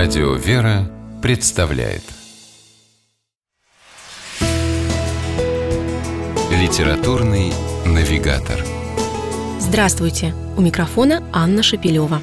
Радио «Вера» представляет Литературный навигатор. Здравствуйте! У микрофона Анна Шапилева.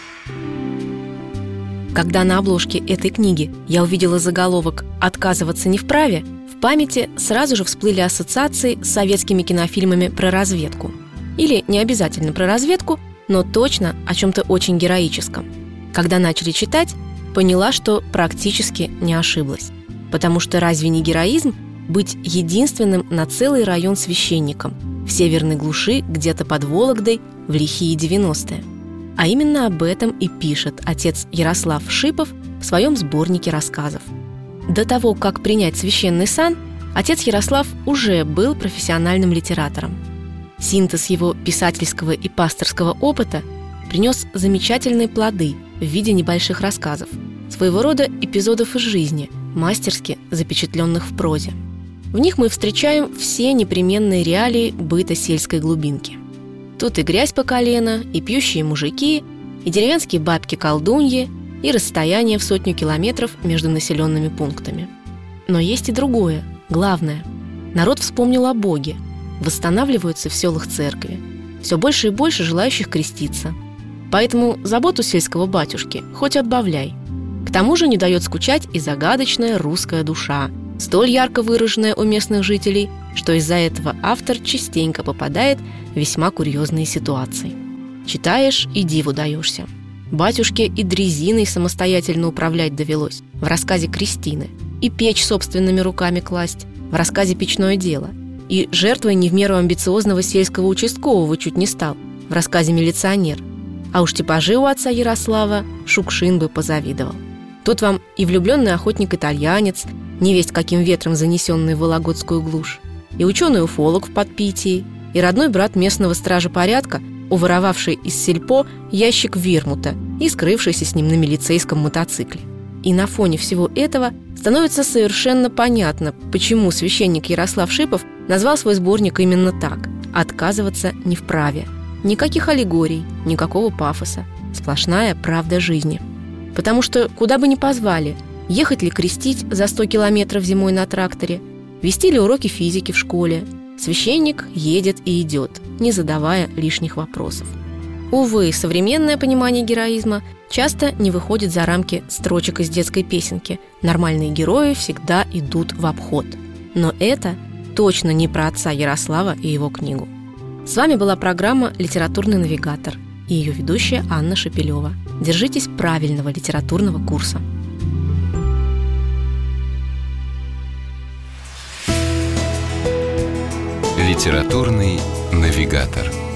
Когда на обложке этой книги я увидела заголовок «Отказываться не вправе», в памяти сразу же всплыли ассоциации с советскими кинофильмами про разведку. Или не обязательно про разведку, но точно о чем-то очень героическом. Когда начали читать, поняла, что практически не ошиблась. Потому что разве не героизм быть единственным на целый район священником в северной глуши где-то под Вологдой в лихие 90-е? А именно об этом и пишет отец Ярослав Шипов в своем сборнике рассказов. До того, как принять священный сан, отец Ярослав уже был профессиональным литератором. Синтез его писательского и пасторского опыта принес замечательные плоды в виде небольших рассказов, своего рода эпизодов из жизни, мастерски запечатленных в прозе. В них мы встречаем все непременные реалии быта сельской глубинки. Тут и грязь по колено, и пьющие мужики, и деревенские бабки-колдуньи, и расстояние в 100 километров между населенными пунктами. Но есть и другое, главное. Народ вспомнил о Боге, восстанавливаются в селах церкви, все больше и больше желающих креститься. Поэтому заботу сельского батюшки хоть отбавляй. К тому же не дает скучать и загадочная русская душа, столь ярко выраженная у местных жителей, что из-за этого автор частенько попадает в весьма курьезные ситуации. Читаешь и диву даешься. Батюшке и дрезиной самостоятельно управлять довелось в рассказе Кристины, и печь собственными руками класть в рассказе «Печное дело», и жертвой не в меру амбициозного сельского участкового чуть не стал в рассказе «Милиционер». А уж типажи у отца Ярослава Шукшин бы позавидовал. Тут вам и влюбленный охотник-итальянец, невесть каким ветром занесенный в вологодскую глушь, и ученый-уфолог в подпитии, и родной брат местного стража порядка, уворовавший из сельпо ящик вермута и скрывшийся с ним на милицейском мотоцикле. И на фоне всего этого становится совершенно понятно, почему священник Ярослав Шипов назвал свой сборник именно так «Отказываться не вправе». Никаких аллегорий, никакого пафоса, сплошная правда жизни. Потому что куда бы ни позвали, ехать ли крестить за 100 километров зимой на тракторе, вести ли уроки физики в школе, священник едет и идет, не задавая лишних вопросов. Увы, современное понимание героизма часто не выходит за рамки строчек из детской песенки «Нормальные герои всегда идут в обход». Но это точно не про отца Ярослава и его книгу. С вами была программа «Литературный навигатор» и ее ведущая Анна Шапилева. Держитесь правильного литературного курса. Литературный навигатор.